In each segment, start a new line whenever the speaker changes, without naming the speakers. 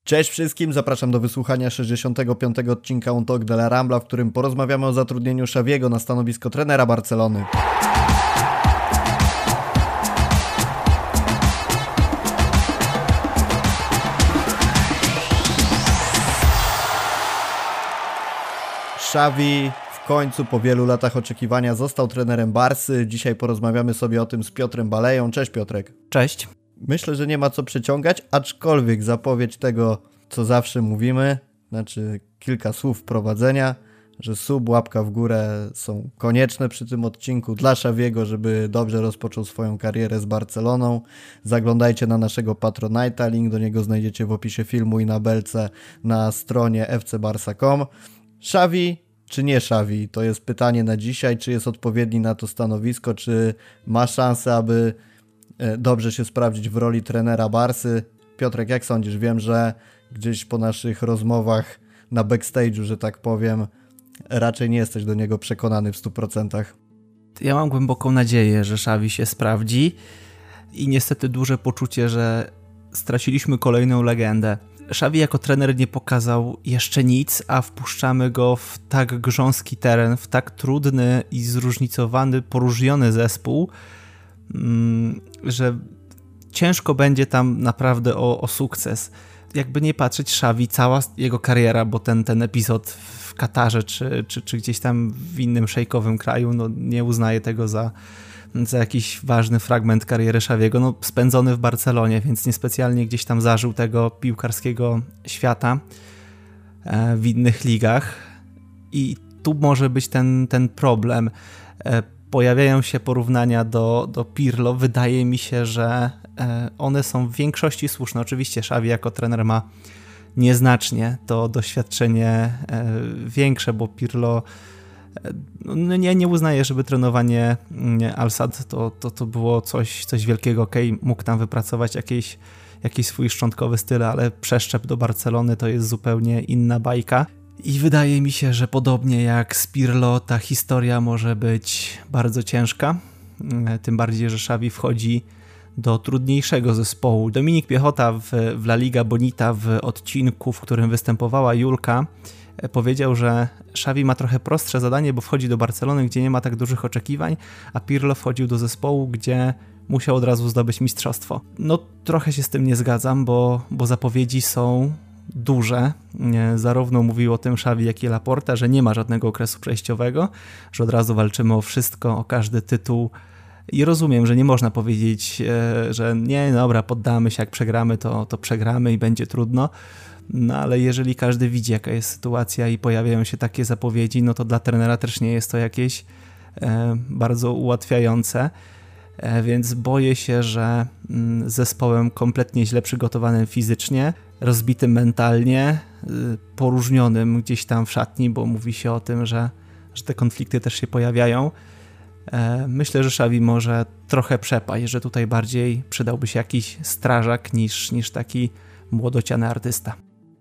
Cześć wszystkim, zapraszam do wysłuchania 65. odcinka Un Talk de la Rambla, w którym porozmawiamy o zatrudnieniu Xaviego na stanowisko trenera Barcelony. Xavi w końcu po wielu latach oczekiwania został trenerem Barsy. Dzisiaj porozmawiamy sobie o tym z Piotrem Baleją. Cześć Piotrek.
Cześć.
Myślę, że nie ma co przeciągać, aczkolwiek zapowiedź tego, co zawsze mówimy, znaczy kilka słów wprowadzenia, że sub, łapka w górę są konieczne przy tym odcinku dla Xaviego, żeby dobrze rozpoczął swoją karierę z Barceloną. Zaglądajcie na naszego Patronite'a, link do niego znajdziecie w opisie filmu i na belce na stronie fcbarsa.com. Xavi czy nie Xavi? To jest pytanie na dzisiaj, czy jest odpowiedni na to stanowisko, czy ma szansę, aby dobrze się sprawdzić w roli trenera Barsy. Piotrek, jak sądzisz? Wiem, że gdzieś po naszych rozmowach na backstage'u, że tak powiem, raczej nie jesteś do niego przekonany w 100%.
Ja mam głęboką nadzieję, że Xavi się sprawdzi i niestety duże poczucie, że straciliśmy kolejną legendę. Xavi jako trener nie pokazał jeszcze nic, a wpuszczamy go w tak grząski teren, w tak trudny i zróżnicowany, poróżniony zespół, że ciężko będzie tam naprawdę o sukces. Jakby nie patrzeć, Xavi, cała jego kariera, bo ten epizod w Katarze czy gdzieś tam w innym szejkowym kraju, no nie uznaję tego za jakiś ważny fragment kariery Xaviego, spędzony w Barcelonie, więc niespecjalnie gdzieś tam zażył tego piłkarskiego świata w innych ligach i tu może być ten problem. Pojawiają się porównania do Pirlo. Wydaje mi się, że one są w większości słuszne. Oczywiście Xavi jako trener ma nieznacznie to doświadczenie większe, bo Pirlo nie uznaje, żeby trenowanie Al-Sadd to było coś wielkiego. Okej, mógł tam wypracować jakiś swój szczątkowy styl, ale przeszczep do Barcelony to jest zupełnie inna bajka. I wydaje mi się, że podobnie jak z Pirlo, ta historia może być bardzo ciężka. Tym bardziej, że Xavi wchodzi do trudniejszego zespołu. Dominik Piechota w La Liga Bonita w odcinku, w którym występowała Julka, powiedział, że Xavi ma trochę prostsze zadanie, bo wchodzi do Barcelony, gdzie nie ma tak dużych oczekiwań, a Pirlo wchodził do zespołu, gdzie musiał od razu zdobyć mistrzostwo. Trochę się z tym nie zgadzam, bo zapowiedzi są duże. Zarówno mówił o tym Xavi, jak i Laporta, że nie ma żadnego okresu przejściowego, że od razu walczymy o wszystko, o każdy tytuł. I rozumiem, że nie można powiedzieć, że nie, dobra, poddamy się, jak przegramy, to przegramy i będzie trudno. Ale jeżeli każdy widzi, jaka jest sytuacja i pojawiają się takie zapowiedzi, to dla trenera też nie jest to jakieś bardzo ułatwiające. Więc boję się, że zespołem kompletnie źle przygotowanym fizycznie, rozbitym mentalnie, poróżnionym gdzieś tam w szatni, bo mówi się o tym, że te konflikty też się pojawiają. Myślę, że Xavi może trochę przepaść, że tutaj bardziej przydałby się jakiś strażak niż taki młodociany artysta.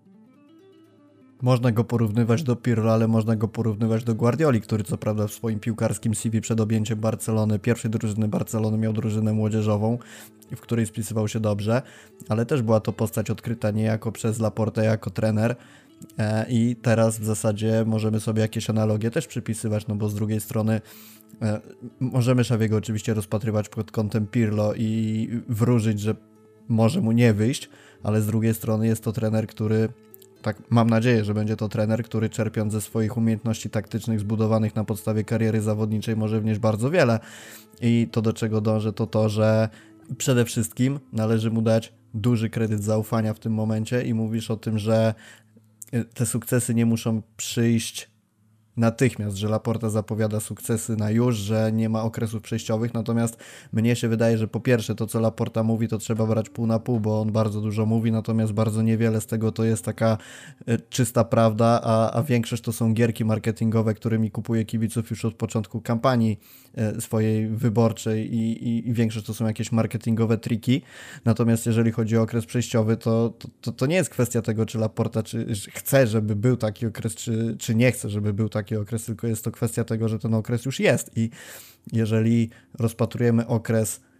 Można go porównywać do Pirlo, ale można go porównywać do Guardioli, który co prawda w swoim piłkarskim CV przed objęciem Barcelony, pierwszej drużyny Barcelony, miał drużynę młodzieżową, w której spisywał się dobrze, ale też była to postać odkryta niejako przez Laportę jako trener i teraz w zasadzie możemy sobie jakieś analogie też przypisywać, bo z drugiej strony możemy Xaviego oczywiście rozpatrywać pod kątem Pirlo i wróżyć, że może mu nie wyjść, ale z drugiej strony jest to trener, który, tak mam nadzieję, że będzie to trener, który czerpiąc ze swoich umiejętności taktycznych zbudowanych na podstawie kariery zawodniczej może wnieść bardzo wiele. I to, do czego dążę, to, że przede wszystkim należy mu dać duży kredyt zaufania w tym momencie i mówisz o tym, że te sukcesy nie muszą przyjść natychmiast, że Laporta zapowiada sukcesy na już, że nie ma okresów przejściowych, natomiast mnie się wydaje, że po pierwsze to, co Laporta mówi, to trzeba brać pół na pół, bo on bardzo dużo mówi, natomiast bardzo niewiele z tego to jest taka czysta prawda, a większość to są gierki marketingowe, którymi kupuje kibiców już od początku kampanii swojej wyborczej i większość to są jakieś marketingowe triki. Natomiast jeżeli chodzi o okres przejściowy, to nie jest kwestia tego, czy Laporta chce, żeby był taki okres, czy nie chce, żeby był taki okres, tylko jest to kwestia tego, że ten okres już jest i jeżeli rozpatrujemy okres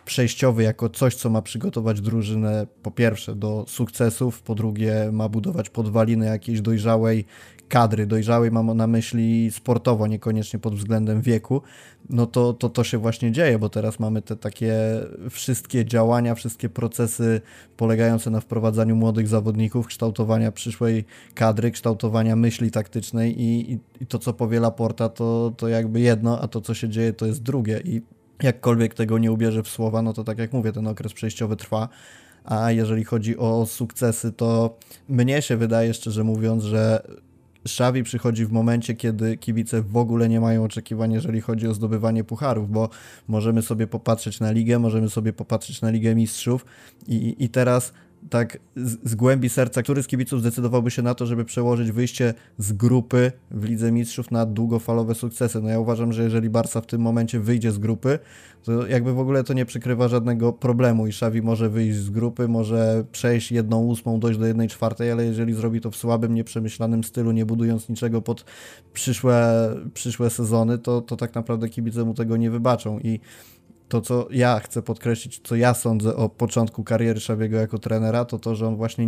przejściowy jako coś, co ma przygotować drużynę po pierwsze do sukcesów, po drugie ma budować podwaliny jakiejś dojrzałej kadry, dojrzałej mam na myśli sportowo, niekoniecznie pod względem wieku, no to się właśnie dzieje, bo teraz mamy te takie wszystkie działania, wszystkie procesy polegające na wprowadzaniu młodych zawodników, kształtowania przyszłej kadry, kształtowania myśli taktycznej i to, co powie Laporta, to jakby jedno, a to, co się dzieje, to jest drugie i jakkolwiek tego nie ubierze w słowa, no to tak jak mówię, ten okres przejściowy trwa, a jeżeli chodzi o sukcesy, to mnie się wydaje, szczerze mówiąc, że Xavi przychodzi w momencie, kiedy kibice w ogóle nie mają oczekiwań, jeżeli chodzi o zdobywanie pucharów, bo możemy sobie popatrzeć na ligę, możemy sobie popatrzeć na Ligę Mistrzów i teraz tak z głębi serca, który z kibiców zdecydowałby się na to, żeby przełożyć wyjście z grupy w Lidze Mistrzów na długofalowe sukcesy. No ja uważam, że jeżeli Barca w tym momencie wyjdzie z grupy, to jakby w ogóle to nie przykrywa żadnego problemu i Xavi może wyjść z grupy, może przejść 1/8, dojść do 1/4, ale jeżeli zrobi to w słabym, nieprzemyślanym stylu, nie budując niczego pod przyszłe sezony, to tak naprawdę kibice mu tego nie wybaczą i to, co ja chcę podkreślić, co ja sądzę o początku kariery Xaviego jako trenera, to, że on właśnie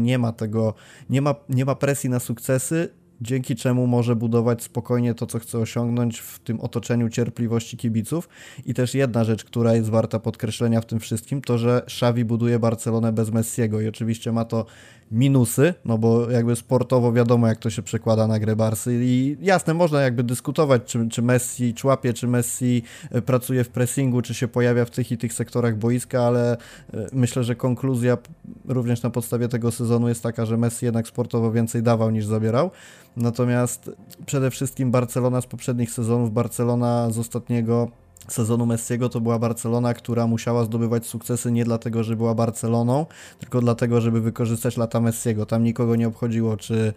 nie ma presji na sukcesy, dzięki czemu może budować spokojnie to, co chce osiągnąć w tym otoczeniu cierpliwości kibiców. I też jedna rzecz, która jest warta podkreślenia w tym wszystkim, to, że Xavi buduje Barcelonę bez Messiego i oczywiście ma to minusy, no bo jakby sportowo wiadomo, jak to się przekłada na grę Barsy i jasne, można jakby dyskutować, czy Messi człapie, czy Messi pracuje w pressingu, czy się pojawia w tych i tych sektorach boiska, ale myślę, że konkluzja również na podstawie tego sezonu jest taka, że Messi jednak sportowo więcej dawał niż zabierał. Natomiast przede wszystkim Barcelona z poprzednich sezonów, Barcelona z ostatniego sezonu Messiego to była Barcelona, która musiała zdobywać sukcesy nie dlatego, że była Barceloną, tylko dlatego, żeby wykorzystać lata Messiego. Tam nikogo nie obchodziło, czy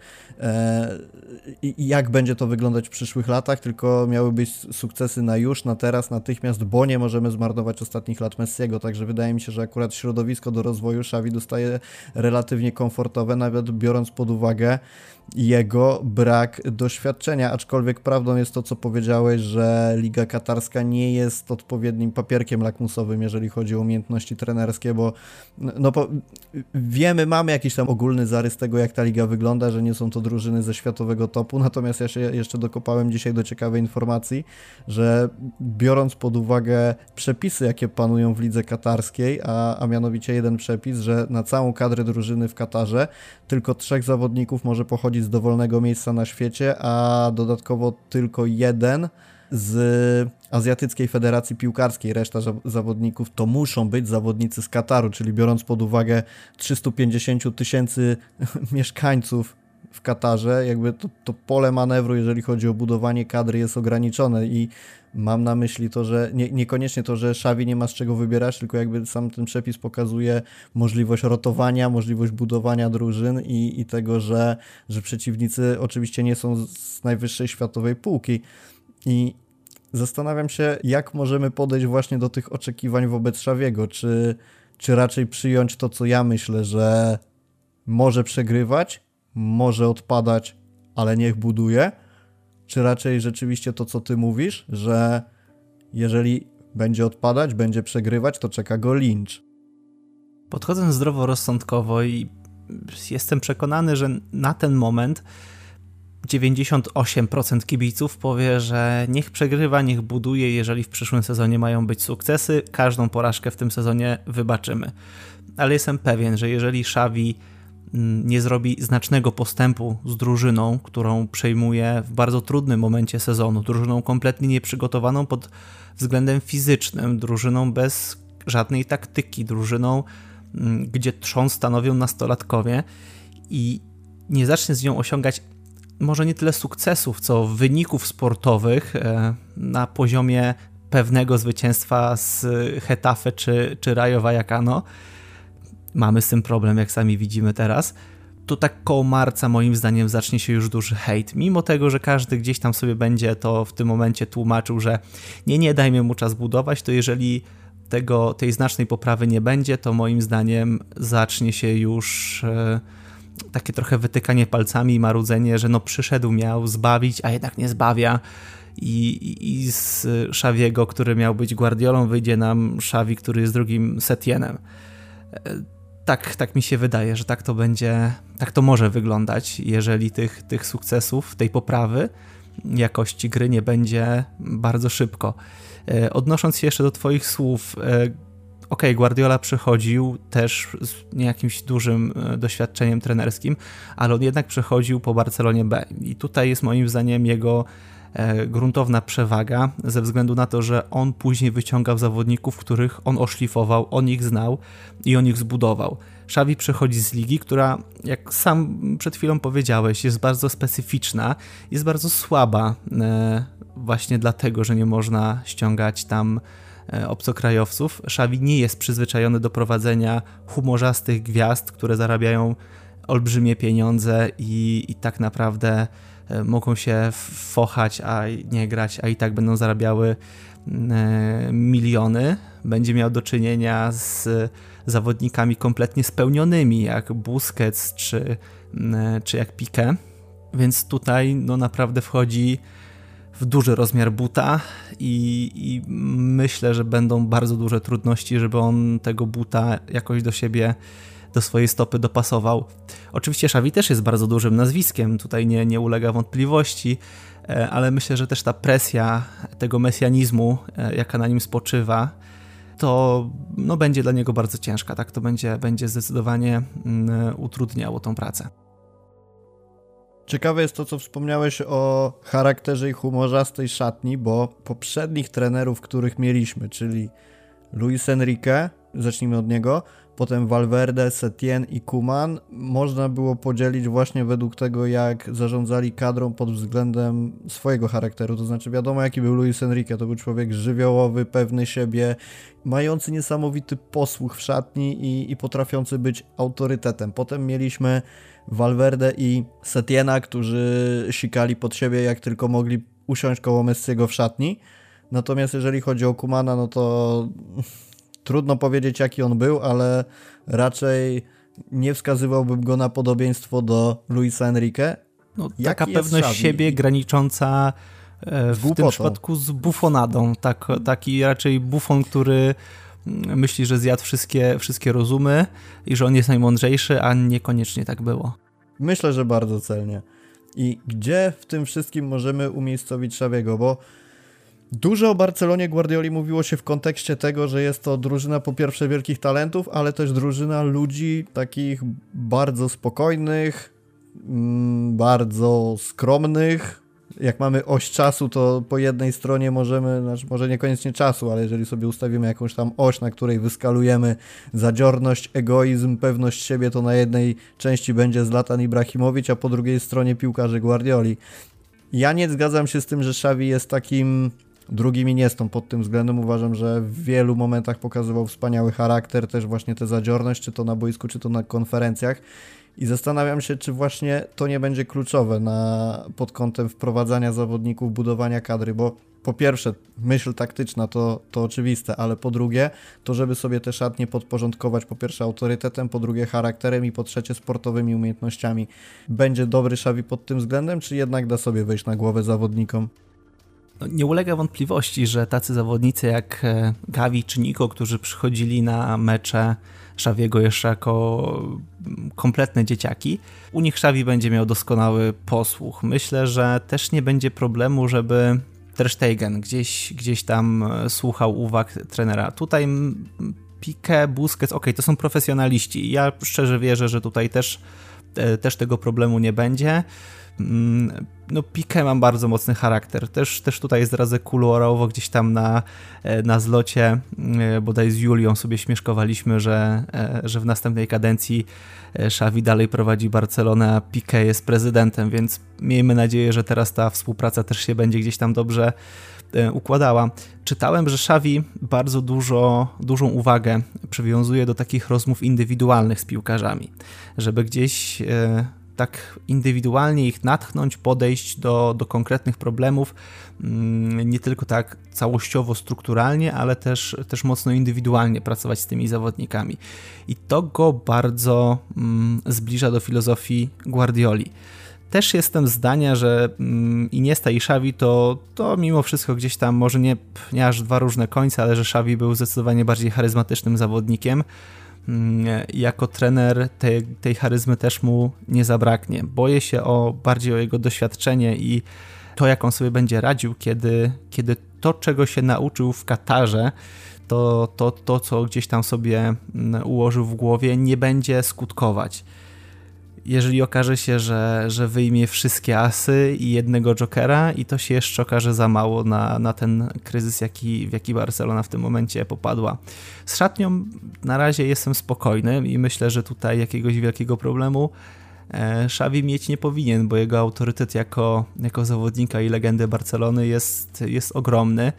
jak będzie to wyglądać w przyszłych latach, tylko miały być sukcesy na już, na teraz, natychmiast, bo nie możemy zmarnować ostatnich lat Messiego. Także wydaje mi się, że akurat środowisko do rozwoju Xavi dostaje relatywnie komfortowe, nawet biorąc pod uwagę jego brak doświadczenia, aczkolwiek prawdą jest to, co powiedziałeś, że Liga Katarska nie jest odpowiednim papierkiem lakmusowym, jeżeli chodzi o umiejętności trenerskie, bo wiemy, mamy jakiś tam ogólny zarys tego, jak ta liga wygląda, że nie są to drużyny ze światowego topu, natomiast ja się jeszcze dokopałem dzisiaj do ciekawej informacji, że biorąc pod uwagę przepisy, jakie panują w lidze katarskiej, a mianowicie jeden przepis, że na całą kadrę drużyny w Katarze tylko 3 zawodników może pochodzić z dowolnego miejsca na świecie, a dodatkowo tylko 1 z Azjatyckiej Federacji Piłkarskiej. Reszta zawodników to muszą być zawodnicy z Kataru, czyli biorąc pod uwagę 350 000 mieszkańców w Katarze, jakby to pole manewru, jeżeli chodzi o budowanie kadry, jest ograniczone i mam na myśli to, że niekoniecznie to, że Xavi nie ma z czego wybierać, tylko jakby sam ten przepis pokazuje możliwość rotowania, możliwość budowania drużyn i tego, że przeciwnicy oczywiście nie są z najwyższej światowej półki. I zastanawiam się, jak możemy podejść właśnie do tych oczekiwań wobec Xaviego, czy raczej przyjąć to, co ja myślę, że może przegrywać, może odpadać, ale niech buduje, czy raczej rzeczywiście to, co ty mówisz, że jeżeli będzie odpadać, będzie przegrywać, to czeka go lincz.
Podchodzę zdroworozsądkowo i jestem przekonany, że na ten moment 98% kibiców powie, że niech przegrywa, niech buduje, jeżeli w przyszłym sezonie mają być sukcesy, każdą porażkę w tym sezonie wybaczymy. Ale jestem pewien, że jeżeli Xavi nie zrobi znacznego postępu z drużyną, którą przejmuje w bardzo trudnym momencie sezonu, drużyną kompletnie nieprzygotowaną pod względem fizycznym, drużyną bez żadnej taktyki, drużyną, gdzie trzon stanowią nastolatkowie i nie zacznie z nią osiągać może nie tyle sukcesów, co wyników sportowych na poziomie pewnego zwycięstwa z Getafe czy Rayo Vallecano. Mamy z tym problem, jak sami widzimy teraz. To tak koło marca moim zdaniem zacznie się już duży hejt. Mimo tego, że każdy gdzieś tam sobie będzie to w tym momencie tłumaczył, że nie dajmy mu czas budować, to jeżeli tej znacznej poprawy nie będzie, to moim zdaniem zacznie się już takie trochę wytykanie palcami i marudzenie, że no przyszedł, miał zbawić, a jednak nie zbawia. I z Xaviego, który miał być Guardiolą, wyjdzie nam Xavi, który jest drugim Setienem. Tak mi się wydaje, że tak to będzie, tak to może wyglądać, jeżeli tych sukcesów, tej poprawy jakości gry nie będzie bardzo szybko. Odnosząc się jeszcze do twoich słów, Guardiola przychodził też z nie jakimś dużym doświadczeniem trenerskim, ale on jednak przechodził po Barcelonie B i tutaj jest moim zdaniem jego gruntowna przewaga ze względu na to, że on później wyciągał zawodników, których on oszlifował, on ich znał i on ich zbudował. Xavi przychodzi z ligi, która, jak sam przed chwilą powiedziałeś, jest bardzo specyficzna, jest bardzo słaba właśnie dlatego, że nie można ściągać tam obcokrajowców. Xavi nie jest przyzwyczajony do prowadzenia humorzastych gwiazd, które zarabiają olbrzymie pieniądze i tak naprawdę mogą się fochać, a nie grać, a i tak będą zarabiały miliony. Będzie miał do czynienia z zawodnikami kompletnie spełnionymi, jak Busquets czy jak Piqué. Więc tutaj no naprawdę wchodzi w duży rozmiar buta i myślę, że będą bardzo duże trudności, żeby on tego buta jakoś do siebie, do swojej stopy dopasował. Oczywiście Xavi też jest bardzo dużym nazwiskiem, tutaj nie ulega wątpliwości, ale myślę, że też ta presja tego mesjanizmu, jaka na nim spoczywa, to no, będzie dla niego bardzo ciężka. Tak? To będzie zdecydowanie utrudniało tą pracę.
Ciekawe jest to, co wspomniałeś o charakterze i humorzastej szatni, bo poprzednich trenerów, których mieliśmy, czyli Luis Enrique, zacznijmy od niego, potem Valverde, Setien i Koeman, można było podzielić właśnie według tego, jak zarządzali kadrą pod względem swojego charakteru. To znaczy wiadomo, jaki był Luis Enrique. To był człowiek żywiołowy, pewny siebie, mający niesamowity posłuch w szatni i potrafiący być autorytetem. Potem mieliśmy Valverde i Setiena, którzy sikali pod siebie, jak tylko mogli usiąść koło Messiego w szatni. Natomiast jeżeli chodzi o Koemana, no to trudno powiedzieć, jaki on był, ale raczej nie wskazywałbym go na podobieństwo do Luisa Enrique.
No, taka pewność siebie granicząca w tym przypadku z bufonadą. Taki raczej bufon, który myśli, że zjadł wszystkie rozumy i że on jest najmądrzejszy, a niekoniecznie tak było.
Myślę, że bardzo celnie. I gdzie w tym wszystkim możemy umiejscowić Xaviego, bo dużo o Barcelonie Guardioli mówiło się w kontekście tego, że jest to drużyna po pierwsze wielkich talentów, ale też drużyna ludzi takich bardzo spokojnych, bardzo skromnych. Jak mamy oś czasu, to po jednej stronie możemy, znaczy może niekoniecznie czasu, ale jeżeli sobie ustawimy jakąś tam oś, na której wyskalujemy zadziorność, egoizm, pewność siebie, to na jednej części będzie Zlatan Ibrahimowicz, a po drugiej stronie piłkarze Guardioli. Ja nie zgadzam się z tym, że Xavi jest takim drugim Iniestą pod tym względem. Uważam, że w wielu momentach pokazywał wspaniały charakter, też właśnie tę zadziorność, czy to na boisku, czy to na konferencjach. I zastanawiam się, czy właśnie to nie będzie kluczowe pod kątem wprowadzania zawodników, budowania kadry, bo po pierwsze myśl taktyczna to oczywiste, ale po drugie to, żeby sobie te szatnie podporządkować po pierwsze autorytetem, po drugie charakterem i po trzecie sportowymi umiejętnościami. Będzie dobry Xavi pod tym względem, czy jednak da sobie wejść na głowę zawodnikom?
No, nie ulega wątpliwości, że tacy zawodnicy jak Gavi czy Nico, którzy przychodzili na mecze Xaviego jeszcze jako kompletne dzieciaki, u nich Xavi będzie miał doskonały posłuch. Myślę, że też nie będzie problemu, żeby Ter Stegen gdzieś tam słuchał uwag trenera. Tutaj Piqué, Busquets, to są profesjonaliści. Ja szczerze wierzę, że tutaj też tego problemu nie będzie. No Piqué ma bardzo mocny charakter. Też tutaj zdradzę kuluarowo gdzieś tam na zlocie, bodaj z Julią sobie śmieszkowaliśmy, że w następnej kadencji Xavi dalej prowadzi Barcelonę, a Piqué jest prezydentem, więc miejmy nadzieję, że teraz ta współpraca też się będzie gdzieś tam dobrze układała. Czytałem, że Xavi bardzo dużą uwagę przywiązuje do takich rozmów indywidualnych z piłkarzami, żeby gdzieś tak indywidualnie ich natchnąć, podejść do konkretnych problemów, nie tylko tak całościowo, strukturalnie, ale też mocno indywidualnie pracować z tymi zawodnikami. I to go bardzo zbliża do filozofii Guardioli. Też jestem zdania, że Iniesta i Xavi to mimo wszystko gdzieś tam, może nie aż dwa różne końce, ale że Xavi był zdecydowanie bardziej charyzmatycznym zawodnikiem. Jako trener tej charyzmy też mu nie zabraknie. Boję się bardziej o jego doświadczenie i to, jak on sobie będzie radził, kiedy to, czego się nauczył w Katarze, to co gdzieś tam sobie ułożył w głowie, nie będzie skutkować. Jeżeli okaże się, że wyjmie wszystkie asy i jednego jokera i to się jeszcze okaże za mało na ten kryzys, w jaki Barcelona w tym momencie popadła. Z szatnią na razie jestem spokojny i myślę, że tutaj jakiegoś wielkiego problemu Xavi mieć nie powinien, bo jego autorytet jako zawodnika i legendy Barcelony jest ogromny.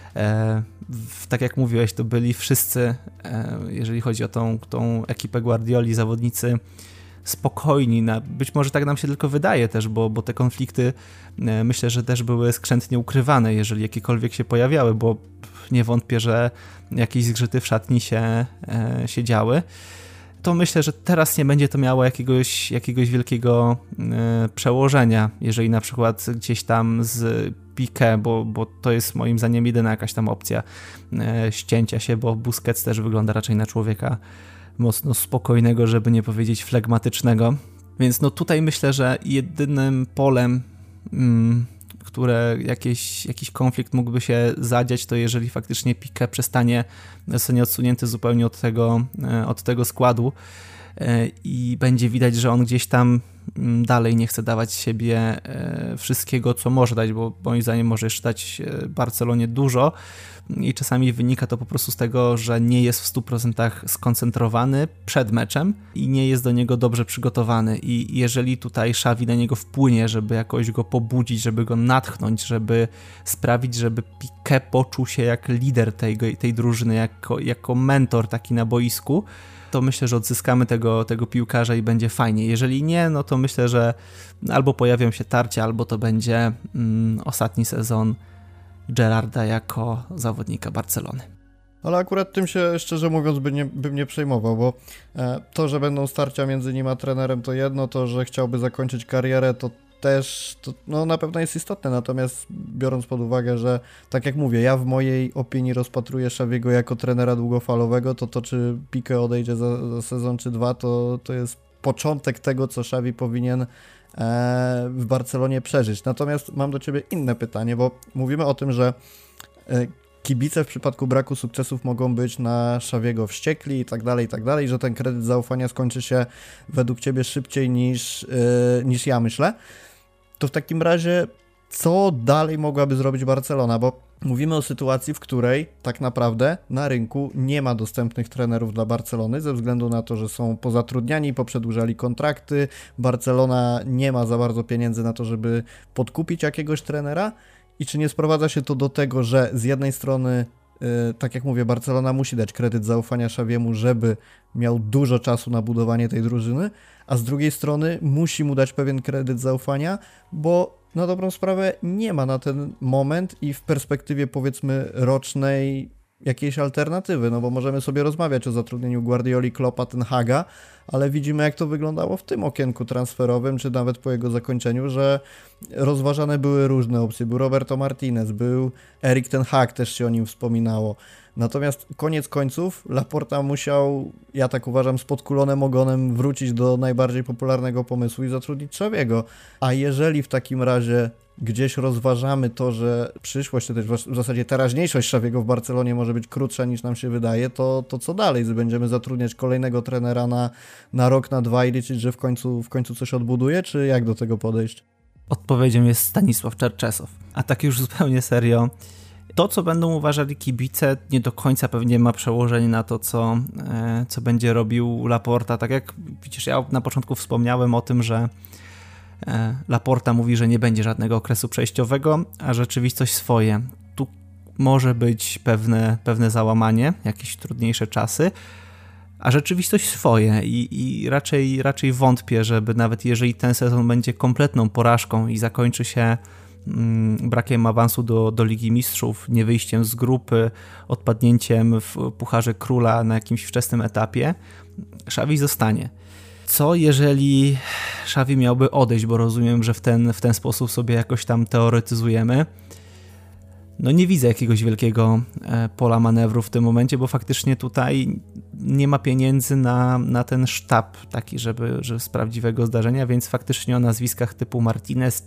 Tak jak mówiłeś, to byli wszyscy, jeżeli chodzi o tą ekipę Guardioli, zawodnicy spokojni, być może tak nam się tylko wydaje też, bo te konflikty myślę, że też były skrzętnie ukrywane, jeżeli jakiekolwiek się pojawiały, bo nie wątpię, że jakieś zgrzyty w szatni się działy. To myślę, że teraz nie będzie to miało jakiegoś wielkiego przełożenia, jeżeli na przykład gdzieś tam z Piqué, bo to jest moim zdaniem jedyna jakaś tam opcja ścięcia się, bo Busquets też wygląda raczej na człowieka mocno spokojnego, żeby nie powiedzieć flegmatycznego. Więc no tutaj myślę, że jedynym polem, które jakiś konflikt mógłby się zadziać, to jeżeli faktycznie Piqué zostanie odsunięty zupełnie od tego składu i będzie widać, że on gdzieś tam dalej nie chce dawać z siebie wszystkiego, co może dać, bo moim zdaniem może jeszcze dać Barcelonie dużo i czasami wynika to po prostu z tego, że nie jest w 100% skoncentrowany przed meczem i nie jest do niego dobrze przygotowany i jeżeli tutaj Xavi na niego wpłynie, żeby jakoś go pobudzić, żeby go natchnąć, żeby sprawić, żeby Piqué poczuł się jak lider tej drużyny, jako mentor taki na boisku, to myślę, że odzyskamy tego piłkarza i będzie fajnie. Jeżeli nie, no to myślę, że albo pojawią się tarcia, albo to będzie ostatni sezon Gerarda jako zawodnika Barcelony.
Ale akurat tym się, szczerze mówiąc, bym nie przejmował, bo to, że będą starcia między nim a trenerem, to jedno, to, że chciałby zakończyć karierę, to też na pewno jest istotne, natomiast biorąc pod uwagę, że tak jak mówię, ja w mojej opinii rozpatruję Xaviego jako trenera długofalowego, to czy Piqué odejdzie za sezon czy dwa, to jest początek tego, co Xavi powinien w Barcelonie przeżyć. Natomiast mam do Ciebie inne pytanie, bo mówimy o tym, że kibice w przypadku braku sukcesów mogą być na Xaviego wściekli i tak dalej, że ten kredyt zaufania skończy się według Ciebie szybciej niż ja myślę. To w takim razie co dalej mogłaby zrobić Barcelona? Bo mówimy o sytuacji, w której tak naprawdę na rynku nie ma dostępnych trenerów dla Barcelony ze względu na to, że są pozatrudniani, poprzedłużali kontrakty. Barcelona nie ma za bardzo pieniędzy na to, żeby podkupić jakiegoś trenera. I czy nie sprowadza się to do tego, że z jednej strony, tak jak mówię, Barcelona musi dać kredyt zaufania Xaviemu, żeby miał dużo czasu na budowanie tej drużyny, a z drugiej strony musi mu dać pewien kredyt zaufania, bo na dobrą sprawę nie ma na ten moment i w perspektywie powiedzmy rocznej jakiejś alternatywy, no bo możemy sobie rozmawiać o zatrudnieniu Guardioli, Kloppa, Ten Haga, ale widzimy, jak to wyglądało w tym okienku transferowym, czy nawet po jego zakończeniu, że rozważane były różne opcje. Był Roberto Martinez, był Erik Ten Hag, też się o nim wspominało. Natomiast koniec końców Laporta musiał, ja tak uważam, z podkulonym ogonem wrócić do najbardziej popularnego pomysłu i zatrudnić Xaviego. A jeżeli w takim razie gdzieś rozważamy to, że przyszłość, czy też w zasadzie teraźniejszość Xaviego w Barcelonie może być krótsza niż nam się wydaje, to co dalej? Będziemy zatrudniać kolejnego trenera na rok, na dwa i liczyć, że w końcu coś odbuduje, czy jak do tego podejść?
Odpowiedzią jest Stanisław Czerczesow. A tak już zupełnie serio, to, co będą uważali kibice, nie do końca pewnie ma przełożenie na to, co będzie robił Laporta. Tak jak widzisz, ja na początku wspomniałem o tym, że Laporta mówi, że nie będzie żadnego okresu przejściowego, a rzeczywistość swoje. Tu może być pewne załamanie, jakieś trudniejsze czasy, a rzeczywistość swoje i raczej wątpię, żeby nawet jeżeli ten sezon będzie kompletną porażką i zakończy się brakiem awansu do Ligi Mistrzów, nie wyjściem z grupy, odpadnięciem w Pucharze Króla na jakimś wczesnym etapie, Xavi zostanie. Co jeżeli Xavi miałby odejść, bo rozumiem, że w ten sposób sobie jakoś tam teoretyzujemy. No nie widzę jakiegoś wielkiego pola manewru w tym momencie, bo faktycznie tutaj nie ma pieniędzy na ten sztab taki, żeby z prawdziwego zdarzenia, więc faktycznie o nazwiskach typu Martinez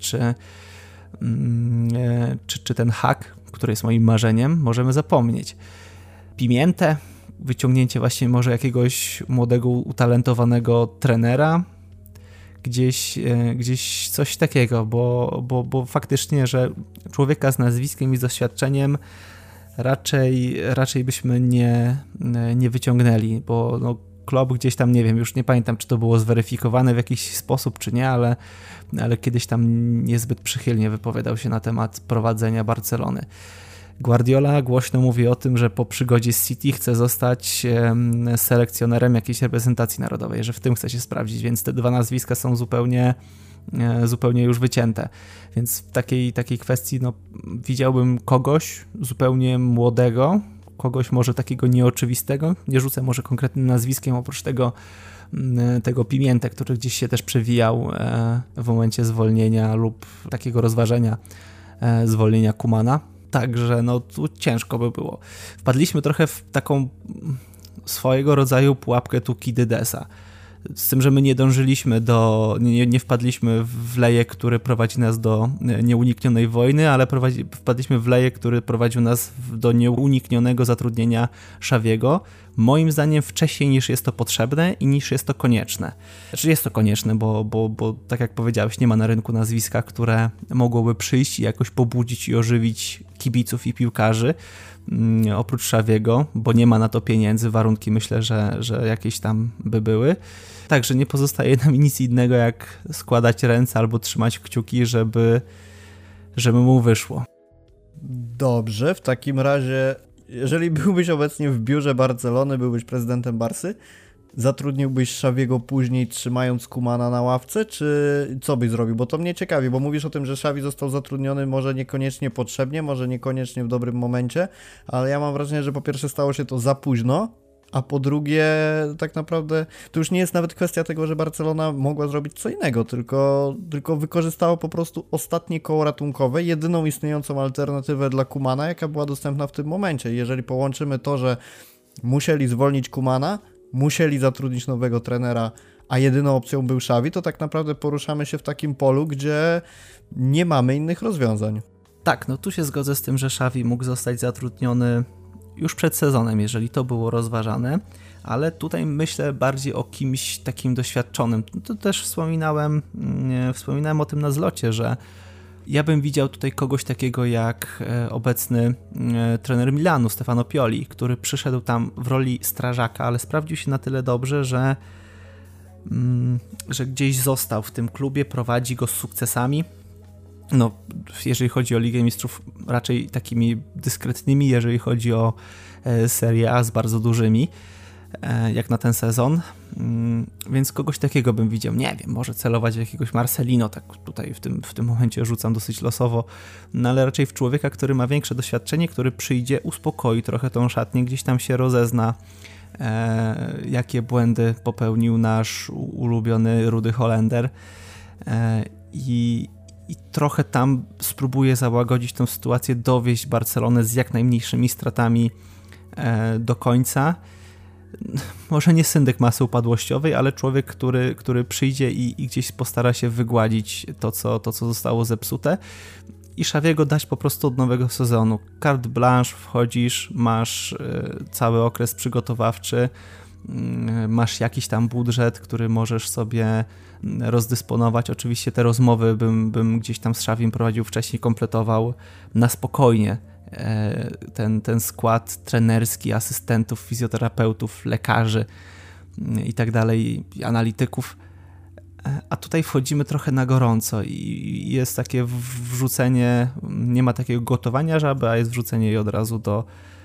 czy ten Hack, który jest moim marzeniem, możemy zapomnieć. Pimientę, wyciągnięcie właśnie może jakiegoś młodego, utalentowanego trenera, gdzieś coś takiego, bo faktycznie, że człowieka z nazwiskiem i z doświadczeniem raczej byśmy nie wyciągnęli, bo no, Klopp gdzieś tam, nie wiem, już nie pamiętam, czy to było zweryfikowane w jakiś sposób, czy nie, ale kiedyś tam niezbyt przychylnie wypowiadał się na temat prowadzenia Barcelony. Guardiola głośno mówi o tym, że po przygodzie z City chce zostać selekcjonerem jakiejś reprezentacji narodowej, że w tym chce się sprawdzić, więc te dwa nazwiska są zupełnie już wycięte. Więc w takiej kwestii no, widziałbym kogoś zupełnie młodego, kogoś może takiego nieoczywistego, nie rzucę może konkretnym nazwiskiem, oprócz tego Pimientę, który gdzieś się też przewijał w momencie zwolnienia lub takiego rozważenia zwolnienia Koemana. Także no tu ciężko by było. Wpadliśmy trochę w taką swojego rodzaju pułapkę Tukidydesa. Z tym, że my nie dążyliśmy nie wpadliśmy w lejek, który prowadzi nas do nieuniknionej wojny, ale wpadliśmy w lejek, który prowadził nas do nieuniknionego zatrudnienia Xaviego. Moim zdaniem wcześniej niż jest to potrzebne i niż jest to konieczne. Znaczy jest to konieczne, bo tak jak powiedziałeś, nie ma na rynku nazwiska, które mogłoby przyjść i jakoś pobudzić i ożywić kibiców i piłkarzy, oprócz Xaviego, bo nie ma na to pieniędzy, warunki myślę, że jakieś tam by były. Także nie pozostaje nam nic innego jak składać ręce albo trzymać kciuki, żeby mu wyszło.
Dobrze, w takim razie, jeżeli byłbyś obecnie w biurze Barcelony, byłbyś prezydentem Barsy, zatrudniłbyś Xaviego później trzymając Koemana na ławce, czy co byś zrobił? Bo to mnie ciekawi, bo mówisz o tym, że Xavi został zatrudniony może niekoniecznie potrzebnie, może niekoniecznie w dobrym momencie, ale ja mam wrażenie, że po pierwsze stało się to za późno, a po drugie tak naprawdę to już nie jest nawet kwestia tego, że Barcelona mogła zrobić co innego, tylko wykorzystała po prostu ostatnie koło ratunkowe, jedyną istniejącą alternatywę dla Koemana, jaka była dostępna w tym momencie. Jeżeli połączymy to, że musieli zwolnić Koemana, musieli zatrudnić nowego trenera, a jedyną opcją był Xavi, to tak naprawdę poruszamy się w takim polu, gdzie nie mamy innych rozwiązań.
Tak, no tu się zgodzę z tym, że Xavi mógł zostać zatrudniony już przed sezonem, jeżeli to było rozważane, ale tutaj myślę bardziej o kimś takim doświadczonym. To też wspominałem o tym na zlocie, że ja bym widział tutaj kogoś takiego jak obecny trener Milanu, Stefano Pioli, który przyszedł tam w roli strażaka, ale sprawdził się na tyle dobrze, że gdzieś został w tym klubie, prowadzi go z sukcesami. No, jeżeli chodzi o Ligę Mistrzów, raczej takimi dyskretnymi, jeżeli chodzi o Serie A z bardzo dużymi, jak na ten sezon, więc kogoś takiego bym widział, nie wiem, może celować w jakiegoś Marcelino, tak tutaj w tym momencie rzucam dosyć losowo, no ale raczej w człowieka, który ma większe doświadczenie, który przyjdzie, uspokoi trochę tą szatnię, gdzieś tam się rozezna, jakie błędy popełnił nasz ulubiony Rudy Holender i trochę tam spróbuje załagodzić tę sytuację, dowieść Barcelonę z jak najmniejszymi stratami do końca. Może nie syndyk masy upadłościowej, ale człowiek, który przyjdzie i gdzieś postara się wygładzić to, co zostało zepsute i Xaviego dać po prostu od nowego sezonu. Carte blanche, wchodzisz, masz cały okres przygotowawczy, masz jakiś tam budżet, który możesz sobie rozdysponować. Oczywiście te rozmowy bym gdzieś tam z Xavim prowadził wcześniej, kompletował na spokojnie ten skład trenerski, asystentów, fizjoterapeutów, lekarzy i tak dalej, analityków. A tutaj wchodzimy trochę na gorąco i jest takie wrzucenie, nie ma takiego gotowania żaby, a jest wrzucenie jej od razu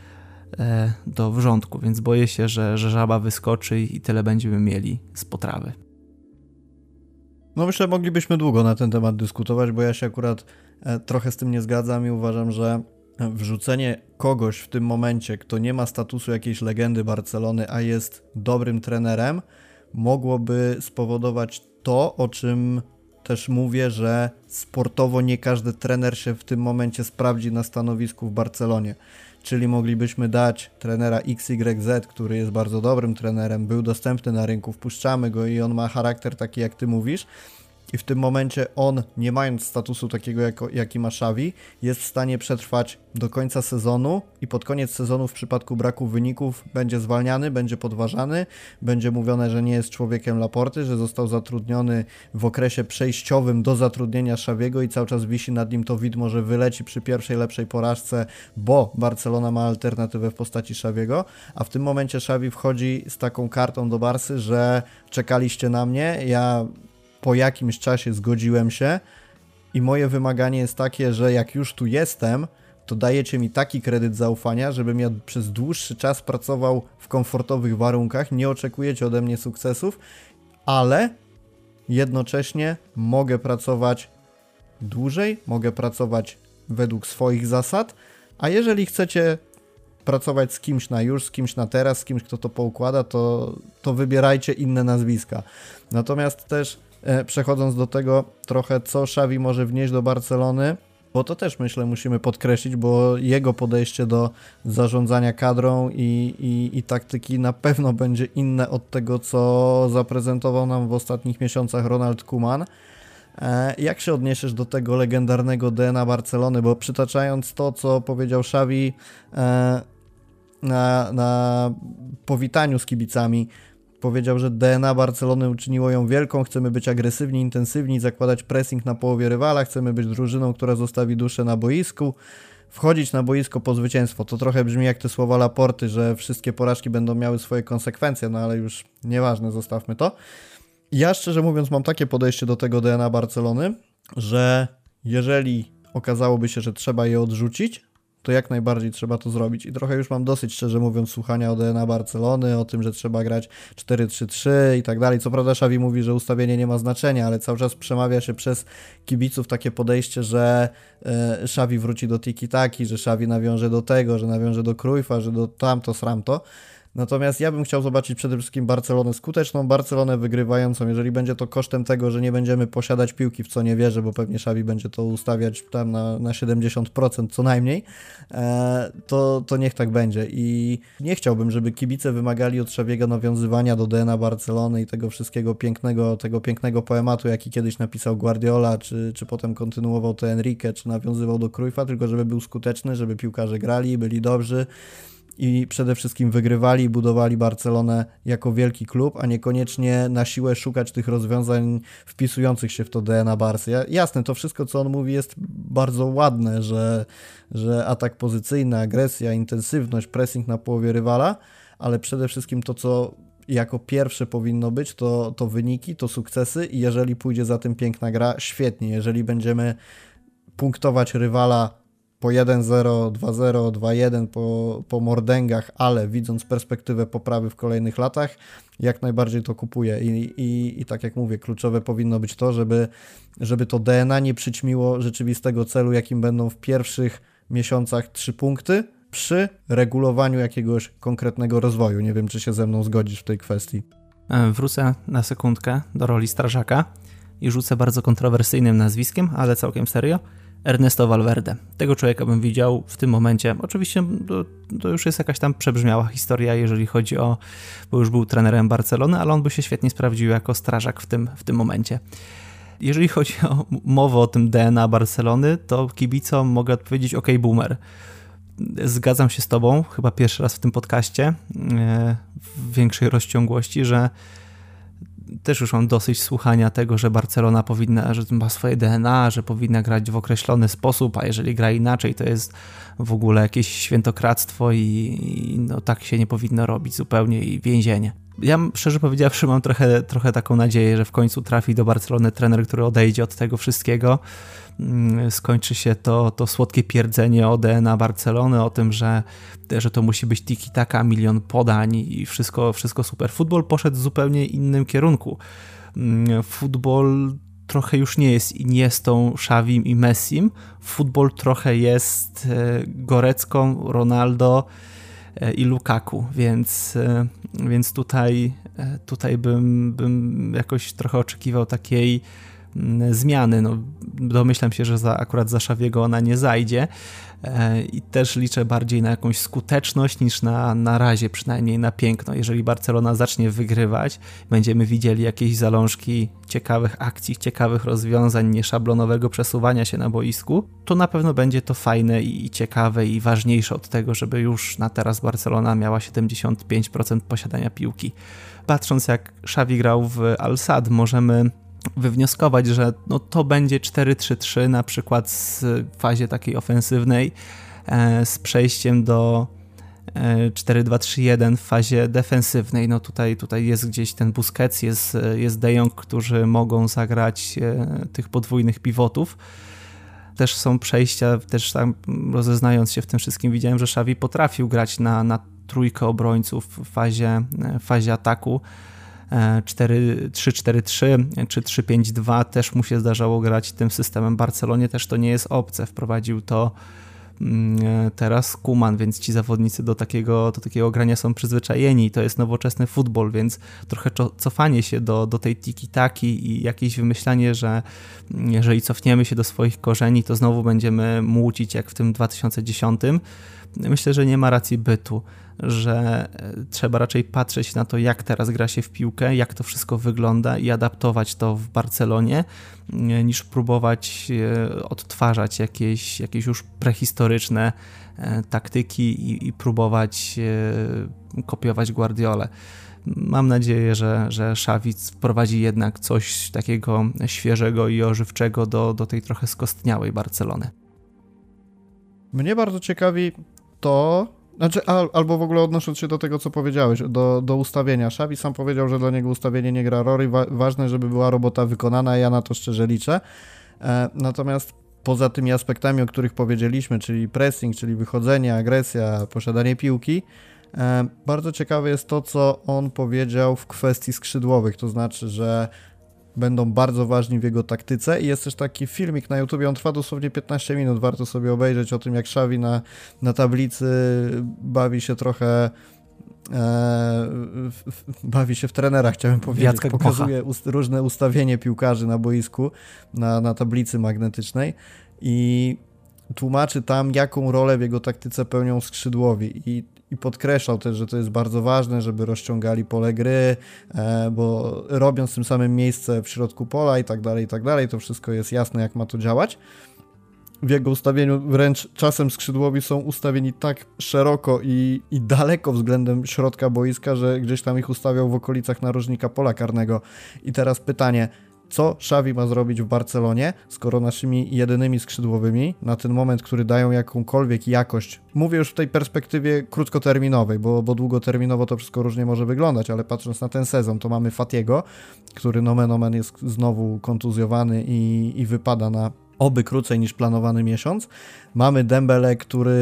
do wrzątku, więc boję się, że żaba wyskoczy i tyle będziemy mieli z potrawy.
No myślę, moglibyśmy długo na ten temat dyskutować, bo ja się akurat trochę z tym nie zgadzam i uważam, że wrzucenie kogoś w tym momencie, kto nie ma statusu jakiejś legendy Barcelony, a jest dobrym trenerem, mogłoby spowodować to, o czym też mówię, że sportowo nie każdy trener się w tym momencie sprawdzi na stanowisku w Barcelonie. Czyli moglibyśmy dać trenera XYZ, który jest bardzo dobrym trenerem, był dostępny na rynku, wpuszczamy go i on ma charakter taki, jak ty mówisz. I w tym momencie on, nie mając statusu takiego, jaki ma Xavi, jest w stanie przetrwać do końca sezonu i pod koniec sezonu w przypadku braku wyników będzie zwalniany, będzie podważany, będzie mówione, że nie jest człowiekiem Laporty, że został zatrudniony w okresie przejściowym do zatrudnienia Xaviego i cały czas wisi nad nim to widmo, że wyleci przy pierwszej lepszej porażce, bo Barcelona ma alternatywę w postaci Xaviego, a w tym momencie Xavi wchodzi z taką kartą do Barsy, że czekaliście na mnie, ja po jakimś czasie zgodziłem się i moje wymaganie jest takie, że jak już tu jestem, to dajecie mi taki kredyt zaufania, żebym ja przez dłuższy czas pracował w komfortowych warunkach, nie oczekujecie ode mnie sukcesów, ale jednocześnie mogę pracować dłużej, mogę pracować według swoich zasad, a jeżeli chcecie pracować z kimś na już, z kimś na teraz, z kimś, kto to poukłada, to wybierajcie inne nazwiska. Natomiast też przechodząc do tego trochę, co Xavi może wnieść do Barcelony, bo to też myślę musimy podkreślić, bo jego podejście do zarządzania kadrą i taktyki na pewno będzie inne od tego, co zaprezentował nam w ostatnich miesiącach Ronald Koeman. Jak się odniesiesz do tego legendarnego DNA Barcelony, bo przytaczając to, co powiedział Xavi na powitaniu z kibicami, powiedział, że DNA Barcelony uczyniło ją wielką, chcemy być agresywni, intensywni, zakładać pressing na połowie rywala, chcemy być drużyną, która zostawi duszę na boisku, wchodzić na boisko po zwycięstwo. To trochę brzmi jak te słowa Laporty, że wszystkie porażki będą miały swoje konsekwencje, no ale już nieważne, zostawmy to. Ja szczerze mówiąc mam takie podejście do tego DNA Barcelony, że jeżeli okazałoby się, że trzeba je odrzucić, to jak najbardziej trzeba to zrobić. I trochę już mam dosyć, szczerze mówiąc, słuchania o DNA Barcelony, o tym, że trzeba grać 4-3-3 i tak dalej. Co prawda Xavi mówi, że ustawienie nie ma znaczenia, ale cały czas przemawia się przez kibiców takie podejście, że Xavi wróci do tiki-taki, że Xavi nawiąże do tego, że nawiąże do Cruyffa, że do tamto, sramto. Natomiast ja bym chciał zobaczyć przede wszystkim Barcelonę skuteczną, Barcelonę wygrywającą. Jeżeli będzie to kosztem tego, że nie będziemy posiadać piłki, w co nie wierzę, bo pewnie Xavi będzie to ustawiać tam na 70% co najmniej, to niech tak będzie. I nie chciałbym, żeby kibice wymagali od Xaviego nawiązywania do DNA Barcelony i tego wszystkiego pięknego poematu, jaki kiedyś napisał Guardiola, czy potem kontynuował to Enrique, czy nawiązywał do Cruyffa, tylko żeby był skuteczny, żeby piłkarze grali, byli dobrzy i przede wszystkim wygrywali i budowali Barcelonę jako wielki klub, a niekoniecznie na siłę szukać tych rozwiązań wpisujących się w to DNA Barsy. Jasne, to wszystko, co on mówi, jest bardzo ładne, że atak pozycyjny, agresja, intensywność, pressing na połowie rywala, ale przede wszystkim to, co jako pierwsze powinno być, to wyniki, to sukcesy i jeżeli pójdzie za tym piękna gra, świetnie. Jeżeli będziemy punktować rywala po 1-0, 2-0, 2-1 po mordęgach, ale widząc perspektywę poprawy w kolejnych latach, jak najbardziej to kupuję. I tak jak mówię, kluczowe powinno być to, żeby to DNA nie przyćmiło rzeczywistego celu, jakim będą w pierwszych miesiącach 3 punkty przy regulowaniu jakiegoś konkretnego rozwoju. Nie wiem, czy się ze mną zgodzisz w tej kwestii.
Wrócę na sekundkę do roli strażaka i rzucę bardzo kontrowersyjnym nazwiskiem, ale całkiem serio. Ernesto Valverde. Tego człowieka bym widział w tym momencie. Oczywiście to już jest jakaś tam przebrzmiała historia, jeżeli chodzi o, bo już był trenerem Barcelony, ale on by się świetnie sprawdził jako strażak w tym momencie. Jeżeli chodzi o mowę o tym DNA Barcelony, to kibicom mogę odpowiedzieć OK, boomer. Zgadzam się z tobą, chyba pierwszy raz w tym podcaście, w większej rozciągłości, że też już mam dosyć słuchania tego, że Barcelona że ma swoje DNA, że powinna grać w określony sposób, a jeżeli gra inaczej, to jest w ogóle jakieś świętokradztwo i no tak się nie powinno robić zupełnie i więzienie. Ja szczerze powiedziawszy mam trochę taką nadzieję, że w końcu trafi do Barcelony trener, który odejdzie od tego wszystkiego. Skończy się to słodkie pierdzenie o DNA Barcelony, o tym, że to musi być tiki-taka, milion podań i wszystko super. Futbol poszedł w zupełnie innym kierunku. Futbol trochę już nie jest Iniestą, Xavim i Messim. Futbol trochę jest Gorecką, Ronaldo i Lukaku, więc tutaj bym jakoś trochę oczekiwał takiej zmiany. No, domyślam się, że akurat za Xaviego ona nie zajdzie i też liczę bardziej na jakąś skuteczność niż na razie przynajmniej na piękno. Jeżeli Barcelona zacznie wygrywać, będziemy widzieli jakieś zalążki ciekawych akcji, ciekawych rozwiązań, nieszablonowego przesuwania się na boisku, to na pewno będzie to fajne i ciekawe i ważniejsze od tego, żeby już na teraz Barcelona miała 75% posiadania piłki. Patrząc jak Xavi grał w Al-Sadd, możemy wywnioskować, że no to będzie 4-3-3 na przykład w fazie takiej ofensywnej z przejściem do 4-2-3-1 w fazie defensywnej. No tutaj jest gdzieś ten Busquets, jest De Jong, którzy mogą zagrać tych podwójnych pivotów. Też są przejścia, też tam rozeznając się w tym wszystkim widziałem, że Xavi potrafił grać na trójkę obrońców w fazie ataku. 4-3-4-3 czy 3-5-2 też mu się zdarzało grać tym systemem. Barcelonie też to nie jest obce, wprowadził to teraz Koeman, więc ci zawodnicy do takiego grania są przyzwyczajeni. To jest nowoczesny futbol, więc trochę cofanie się do tej tiki-taki i jakieś wymyślanie, że jeżeli cofniemy się do swoich korzeni, to znowu będziemy młócić jak w tym 2010. Myślę, że nie ma racji bytu, że trzeba raczej patrzeć na to, jak teraz gra się w piłkę, jak to wszystko wygląda i adaptować to w Barcelonie, niż próbować odtwarzać jakieś już prehistoryczne taktyki i próbować kopiować Guardiolę. Mam nadzieję, że Xavi wprowadzi jednak coś takiego świeżego i ożywczego do tej trochę skostniałej Barcelony.
Mnie bardzo ciekawi to, albo w ogóle odnosząc się do tego, co powiedziałeś, do ustawienia. Xavi sam powiedział, że dla niego ustawienie nie gra roli, ważne, żeby była robota wykonana, ja na to szczerze liczę. Natomiast poza tymi aspektami, o których powiedzieliśmy, czyli pressing, czyli wychodzenie, agresja, posiadanie piłki, bardzo ciekawe jest to, co on powiedział w kwestii skrzydłowych, to znaczy, że będą bardzo ważni w jego taktyce i jest też taki filmik na YouTubie, on trwa dosłownie 15 minut, warto sobie obejrzeć o tym, jak Xavi na tablicy bawi się trochę bawi się w trenera, chciałem powiedzieć.
Jacek
Pokazuje różne ustawienie piłkarzy na boisku, na tablicy magnetycznej i tłumaczy tam, jaką rolę w jego taktyce pełnią skrzydłowi i podkreślał też, że to jest bardzo ważne, żeby rozciągali pole gry, bo robiąc tym samym miejsce w środku pola i tak dalej, to wszystko jest jasne, jak ma to działać. W jego ustawieniu wręcz czasem skrzydłowi są ustawieni tak szeroko i daleko względem środka boiska, że gdzieś tam ich ustawiał w okolicach narożnika pola karnego. I teraz pytanie, co Xavi ma zrobić w Barcelonie, skoro naszymi jedynymi skrzydłowymi na ten moment, który dają jakąkolwiek jakość, mówię już w tej perspektywie krótkoterminowej, bo długoterminowo to wszystko różnie może wyglądać, ale patrząc na ten sezon, to mamy Fatiego, który nomen omen jest znowu kontuzjowany i wypada na oby krócej niż planowany miesiąc. Mamy Dembele,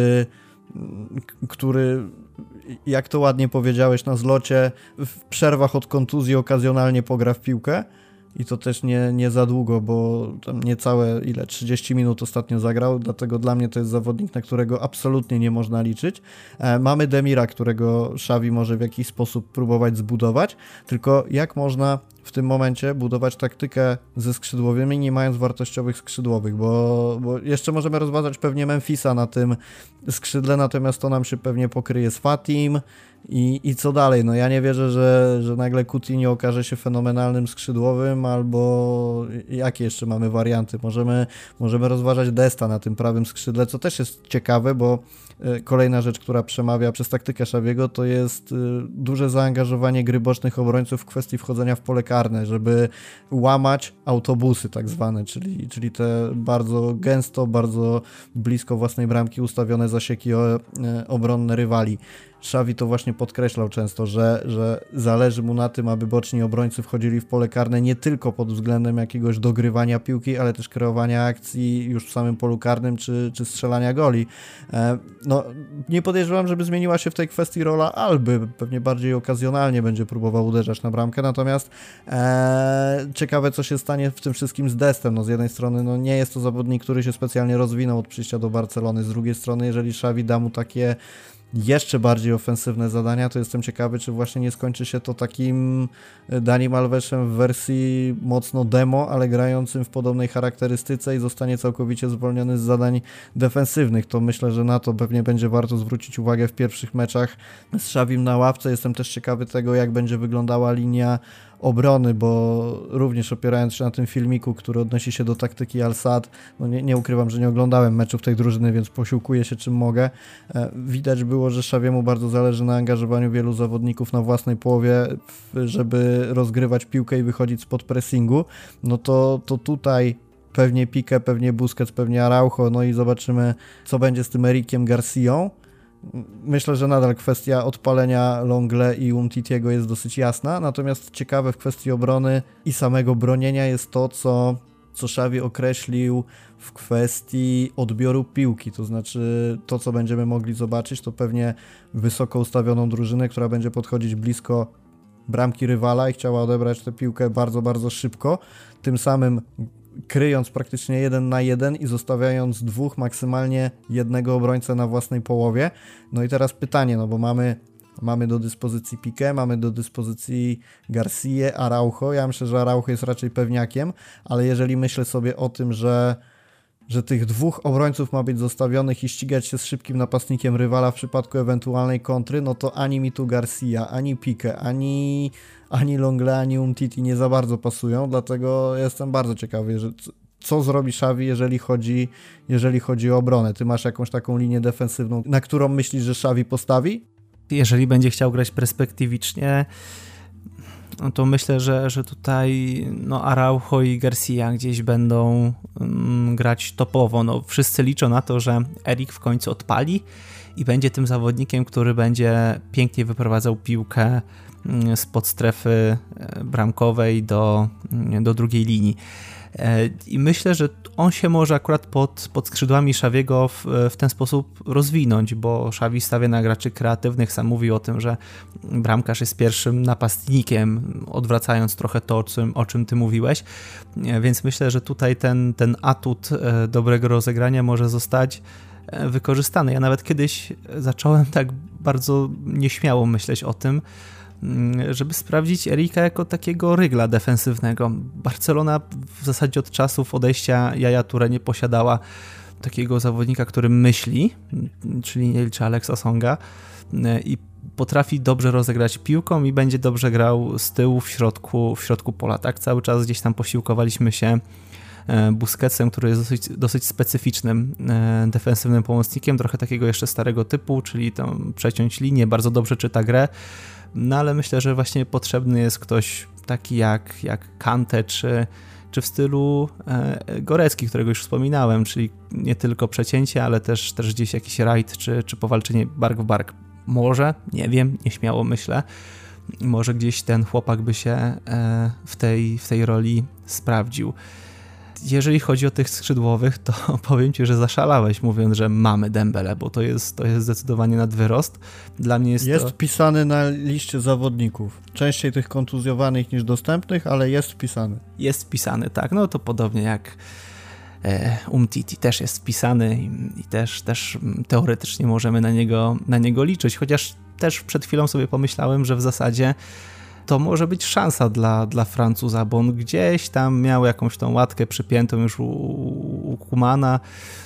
który jak to ładnie powiedziałeś na zlocie, w przerwach od kontuzji okazjonalnie pogra w piłkę. I to też nie za długo, bo tam niecałe 30 minut ostatnio zagrał, dlatego dla mnie to jest zawodnik, na którego absolutnie nie można liczyć. Mamy Demira, którego Xavi może w jakiś sposób próbować zbudować, tylko jak można w tym momencie budować taktykę ze skrzydłowymi, nie mając wartościowych skrzydłowych, bo jeszcze możemy rozważać pewnie Memphisa na tym skrzydle, natomiast to nam się pewnie pokryje z Fatim i co dalej. No ja nie wierzę, że nagle Coutinho okaże się fenomenalnym skrzydłowym, albo jakie jeszcze mamy warianty. Możemy rozważać Desta na tym prawym skrzydle, co też jest ciekawe, bo kolejna rzecz, która przemawia przez taktykę Xaviego, to jest duże zaangażowanie gry bocznych obrońców w kwestii wchodzenia w pole karne, żeby łamać autobusy tak zwane, czyli te bardzo gęsto, bardzo blisko własnej bramki ustawione zasieki obronne rywali. Xavi to właśnie podkreślał często, że zależy mu na tym, aby boczni obrońcy wchodzili w pole karne nie tylko pod względem jakiegoś dogrywania piłki, ale też kreowania akcji już w samym polu karnym, czy strzelania goli. No, nie podejrzewam, żeby zmieniła się w tej kwestii rola Alby, pewnie bardziej okazjonalnie będzie próbował uderzać na bramkę, natomiast ciekawe, co się stanie w tym wszystkim z Destem. No, z jednej strony no, nie jest to zawodnik, który się specjalnie rozwinął od przyjścia do Barcelony, z drugiej strony, jeżeli Xavi da mu takie jeszcze bardziej ofensywne zadania, to jestem ciekawy, czy właśnie nie skończy się to takim Danim Alvesem w wersji mocno demo, ale grającym w podobnej charakterystyce i zostanie całkowicie zwolniony z zadań defensywnych. To myślę, że na to pewnie będzie warto zwrócić uwagę w pierwszych meczach z Xavim na ławce. Jestem też ciekawy tego, jak będzie wyglądała linia obrony, bo również opierając się na tym filmiku, który odnosi się do taktyki Al-Sadd, no nie ukrywam, że nie oglądałem meczów tej drużyny, więc posiłkuję się czym mogę. Widać było, że Xaviemu bardzo zależy na angażowaniu wielu zawodników na własnej połowie, żeby rozgrywać piłkę i wychodzić spod pressingu. No to tutaj pewnie Piqué, pewnie Busquets, pewnie Araujo, no i zobaczymy, co będzie z tym Erikiem Garcją. Myślę, że nadal kwestia odpalenia Longle i Umtitiego jest dosyć jasna, natomiast ciekawe w kwestii obrony i samego bronienia jest to, co Xavi określił w kwestii odbioru piłki, to znaczy to, co będziemy mogli zobaczyć, to pewnie wysoko ustawioną drużynę, która będzie podchodzić blisko bramki rywala i chciała odebrać tę piłkę bardzo, bardzo szybko, tym samym kryjąc praktycznie 1 na 1 i zostawiając 2, maksymalnie 1 obrońcę na własnej połowie. No i teraz pytanie, no bo mamy do dyspozycji Piqué, mamy do dyspozycji Garcję, Araujo. Ja myślę, że Araujo jest raczej pewniakiem, ale jeżeli myślę sobie o tym, że tych 2 obrońców ma być zostawionych i ścigać się z szybkim napastnikiem rywala w przypadku ewentualnej kontry, no to ani mi tu Garcia, ani Piqué, ani Longle, ani Umtiti nie za bardzo pasują, dlatego jestem bardzo ciekawy, co zrobi Xavi, jeżeli chodzi o obronę. Ty masz jakąś taką linię defensywną, na którą myślisz, że Xavi postawi?
Jeżeli będzie chciał grać perspektywicznie, no to myślę, że tutaj no Araujo i Garcia gdzieś będą grać topowo. No, wszyscy liczą na to, że Erik w końcu odpali i będzie tym zawodnikiem, który będzie pięknie wyprowadzał piłkę spod strefy bramkowej do drugiej linii. I myślę, że on się może akurat pod skrzydłami Xaviego w ten sposób rozwinąć, bo Xavi stawia na graczy kreatywnych, sam mówił o tym, że bramkarz jest pierwszym napastnikiem, odwracając trochę to, o czym ty mówiłeś, więc myślę, że tutaj ten atut dobrego rozegrania może zostać wykorzystany. Ja nawet kiedyś zacząłem tak bardzo nieśmiało myśleć o tym, żeby sprawdzić Erika jako takiego rygla defensywnego. Barcelona w zasadzie od czasów odejścia Yaya Touré nie posiadała takiego zawodnika, który myśli, czyli nie liczę Alexa Songa, i potrafi dobrze rozegrać piłką i będzie dobrze grał z tyłu w środku pola. Tak cały czas gdzieś tam posiłkowaliśmy się Busquetsem, który jest dosyć specyficznym defensywnym pomocnikiem, trochę takiego jeszcze starego typu, czyli tam przeciąć linię, bardzo dobrze czyta grę, no ale myślę, że właśnie potrzebny jest ktoś taki jak Kante, czy w stylu Gorecki, którego już wspominałem, czyli nie tylko przecięcie, ale też gdzieś jakiś rajd, czy powalczenie bark w bark. Może, nie wiem, nieśmiało myślę, może gdzieś ten chłopak by się w tej roli sprawdził. Jeżeli chodzi o tych skrzydłowych, to powiem ci, że zaszalałeś, mówiąc, że mamy Dembele, bo to jest zdecydowanie nadwyrost. Dla mnie jest to...
wpisany na liście zawodników. Częściej tych kontuzjowanych niż dostępnych, ale jest wpisany.
Jest wpisany, tak. No to podobnie jak Umtiti też jest wpisany i też teoretycznie możemy na niego liczyć, chociaż też przed chwilą sobie pomyślałem, że w zasadzie to może być szansa dla Francuza, bo on gdzieś tam miał jakąś tą łatkę przypiętą już u Kumana.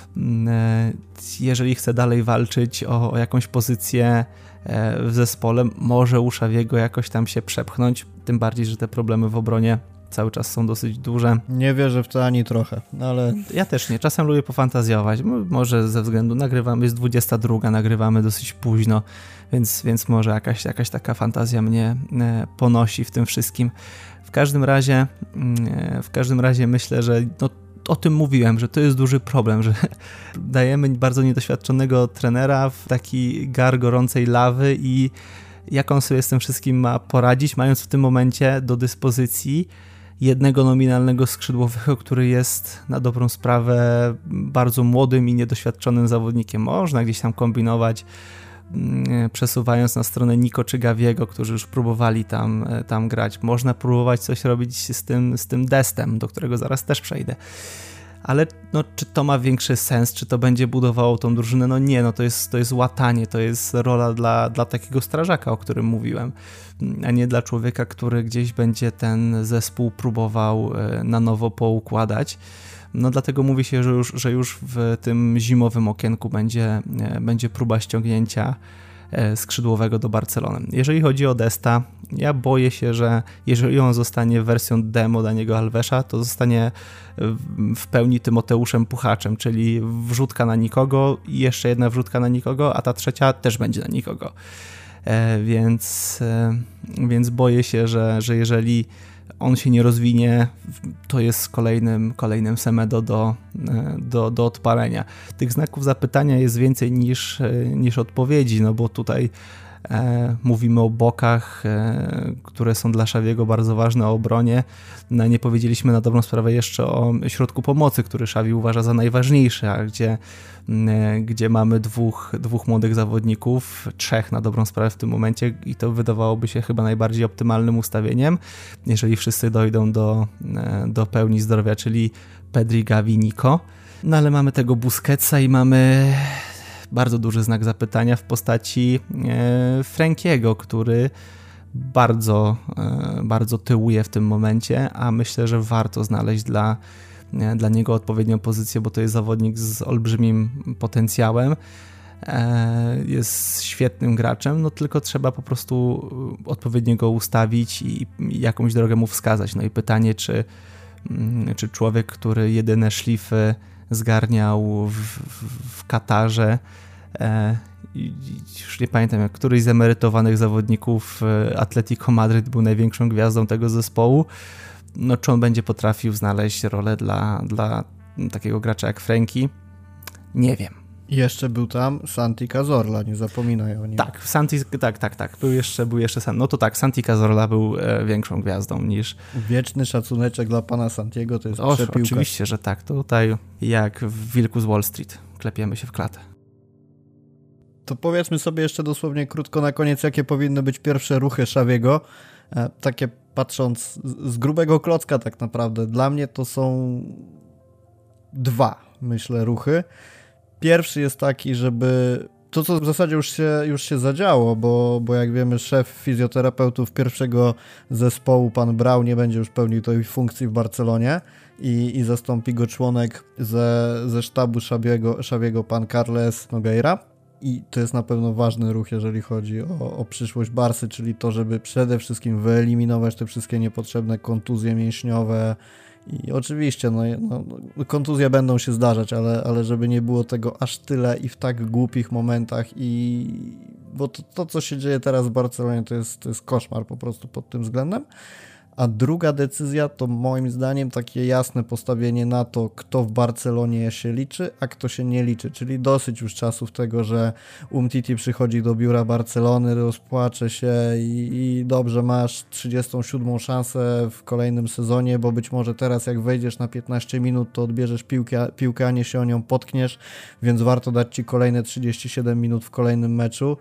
Jeżeli chce dalej walczyć o jakąś pozycję w zespole, może u Xaviego jakoś tam się przepchnąć, tym bardziej, że te problemy w obronie cały czas są dosyć duże.
Nie wierzę w to ani trochę, ale...
Ja też nie, czasem lubię pofantazjować, może ze względu, nagrywamy, jest 22, nagrywamy dosyć późno, więc może jakaś taka fantazja mnie ponosi w tym wszystkim. W każdym razie myślę, że no, o tym mówiłem, że to jest duży problem, że dajemy bardzo niedoświadczonego trenera w taki gar gorącej lawy i jak on sobie z tym wszystkim ma poradzić, mając w tym momencie do dyspozycji jednego nominalnego skrzydłowego, który jest na dobrą sprawę bardzo młodym i niedoświadczonym zawodnikiem. Można gdzieś tam kombinować, przesuwając na stronę Nico czy Gaviego, którzy już próbowali tam grać. Można próbować coś robić z tym Destem, do którego zaraz też przejdę. Ale no, czy to ma większy sens, czy to będzie budowało tą drużynę? No nie, no to jest łatanie, to jest rola dla takiego strażaka, o którym mówiłem, a nie dla człowieka, który gdzieś będzie ten zespół próbował na nowo poukładać. No dlatego mówi się, że już w tym zimowym okienku będzie próba ściągnięcia skrzydłowego do Barcelony. Jeżeli chodzi o Desta, ja boję się, że jeżeli on zostanie wersją demo Daniego Alvesa, to zostanie w pełni Tymoteuszem Puchaczem, czyli wrzutka na nikogo i jeszcze jedna wrzutka na nikogo, a ta trzecia też będzie na nikogo. Więc boję się, że jeżeli on się nie rozwinie, to jest kolejnym Semedo do odpalenia. Tych znaków zapytania jest więcej niż odpowiedzi, no bo tutaj mówimy o bokach, które są dla Xaviego bardzo ważne, o obronie. No, nie powiedzieliśmy na dobrą sprawę jeszcze o środku pomocy, który Xavi uważa za najważniejszy, a gdzie mamy dwóch młodych zawodników, trzech na dobrą sprawę w tym momencie i to wydawałoby się chyba najbardziej optymalnym ustawieniem, jeżeli wszyscy dojdą do pełni zdrowia, czyli Pedri, Gavi, Nico. No ale mamy tego Busquetsa i mamy bardzo duży znak zapytania w postaci Frankiego, który bardzo tyłuje w tym momencie, a myślę, że warto znaleźć dla niego odpowiednią pozycję, bo to jest zawodnik z olbrzymim potencjałem, jest świetnym graczem, no tylko trzeba po prostu odpowiednio go ustawić i jakąś drogę mu wskazać. No i pytanie, czy człowiek, który jedyne szlify zgarniał w Katarze, już nie pamiętam, jak któryś z emerytowanych zawodników Atletico Madryt był największą gwiazdą tego zespołu, no czy on będzie potrafił znaleźć rolę dla takiego gracza jak Franki? Nie wiem.
Jeszcze był tam Santi Cazorla, nie zapominaj o nim.
Tak, tak. Był jeszcze Santi. No to tak, Santi Cazorla był większą gwiazdą niż...
Wieczny szacuneczek dla pana Santiego, to jest przepiłka.
Oczywiście, że tak. Tutaj jak w Wilku z Wall Street. Klepiemy się w klatę.
To powiedzmy sobie jeszcze dosłownie krótko na koniec, jakie powinny być pierwsze ruchy Xaviego. Takie patrząc z grubego klocka tak naprawdę. Dla mnie to są dwa, myślę, ruchy. Pierwszy jest taki, żeby to, co w zasadzie już się zadziało, bo jak wiemy, szef fizjoterapeutów pierwszego zespołu, pan Brau, nie będzie już pełnił tej funkcji w Barcelonie i zastąpi go członek ze sztabu Xaviego, pan Carles Nogueira. I to jest na pewno ważny ruch, jeżeli chodzi o przyszłość Barsy, czyli to, żeby przede wszystkim wyeliminować te wszystkie niepotrzebne kontuzje mięśniowe. I oczywiście, kontuzje będą się zdarzać, ale żeby nie było tego aż tyle i w tak głupich momentach, bo to co się dzieje teraz w Barcelonie, to jest koszmar po prostu pod tym względem. A druga decyzja to moim zdaniem takie jasne postawienie na to, kto w Barcelonie się liczy, a kto się nie liczy, czyli dosyć już czasów tego, że Umtiti przychodzi do biura Barcelony, rozpłacze się i dobrze, masz 37. szansę w kolejnym sezonie, bo być może teraz jak wejdziesz na 15 minut, to odbierzesz piłkę, a nie się o nią potkniesz, więc warto dać ci kolejne 37 minut w kolejnym meczu.